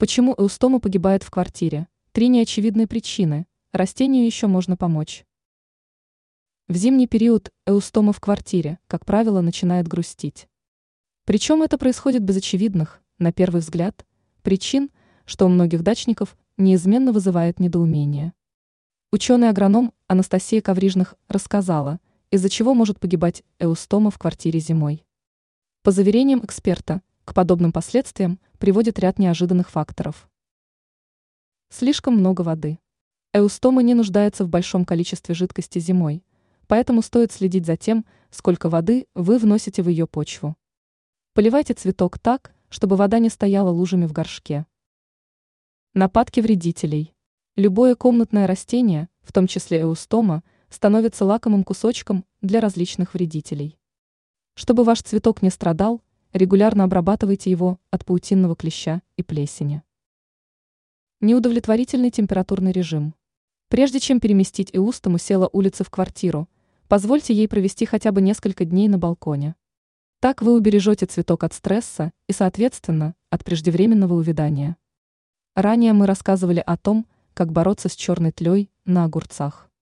Почему эустома погибает в квартире? 3 неочевидные причины. Растению еще можно помочь. В зимний период эустома в квартире, как правило, начинает грустить. Причем это происходит без очевидных, на первый взгляд, причин, что у многих дачников неизменно вызывает недоумение. Ученый-агроном Анастасия Коврижных рассказала, из-за чего может погибать эустома в квартире зимой. По заверениям эксперта, к подобным последствиям приводит ряд неожиданных факторов. Слишком много воды. Эустома не нуждается в большом количестве жидкости зимой, поэтому стоит следить за тем, сколько воды вы вносите в ее почву. Поливайте цветок так, чтобы вода не стояла лужами в горшке. Нападки вредителей. Любое комнатное растение, в том числе эустома, становится лакомым кусочком для различных вредителей. Чтобы ваш цветок не страдал, регулярно обрабатывайте его от паутинного клеща и плесени. Неудовлетворительный температурный режим. Прежде чем переместить эустому села улицы в квартиру, позвольте ей провести хотя бы несколько дней на балконе. Так вы убережете цветок от стресса и, соответственно, от преждевременного увядания. Ранее мы рассказывали о том, как бороться с черной тлей на огурцах.